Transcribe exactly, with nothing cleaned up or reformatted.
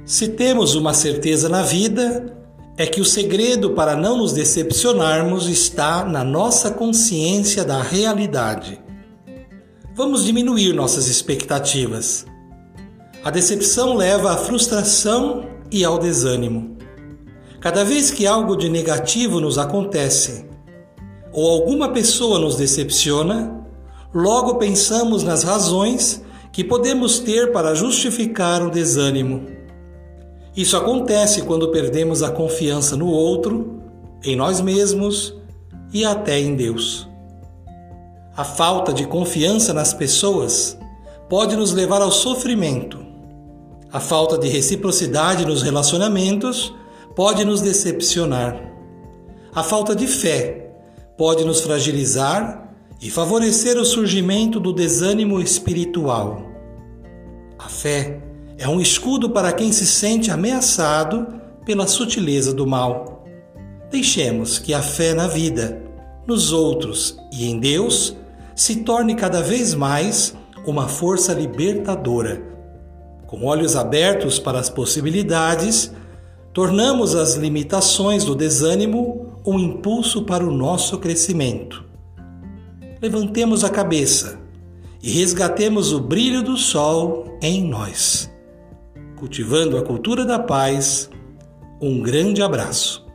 Se temos uma certeza na vida, é que o segredo para não nos decepcionarmos está na nossa consciência da realidade. Vamos diminuir nossas expectativas. A decepção leva à frustração e ao desânimo. Cada vez que algo de negativo nos acontece, ou alguma pessoa nos decepciona, logo pensamos nas razões que podemos ter para justificar o desânimo. Isso acontece quando perdemos a confiança no outro, em nós mesmos e até em Deus. A falta de confiança nas pessoas pode nos levar ao sofrimento. A falta de reciprocidade nos relacionamentos pode nos decepcionar. A falta de fé pode nos fragilizar e favorecer o surgimento do desânimo espiritual. A fé é um escudo para quem se sente ameaçado pela sutileza do mal. Deixemos que a fé na vida, nos outros e em Deus se torne cada vez mais uma força libertadora. Com olhos abertos para as possibilidades, tornamos as limitações do desânimo um impulso para o nosso crescimento. Levantemos a cabeça e resgatemos o brilho do sol em nós. Cultivando a cultura da paz, um grande abraço.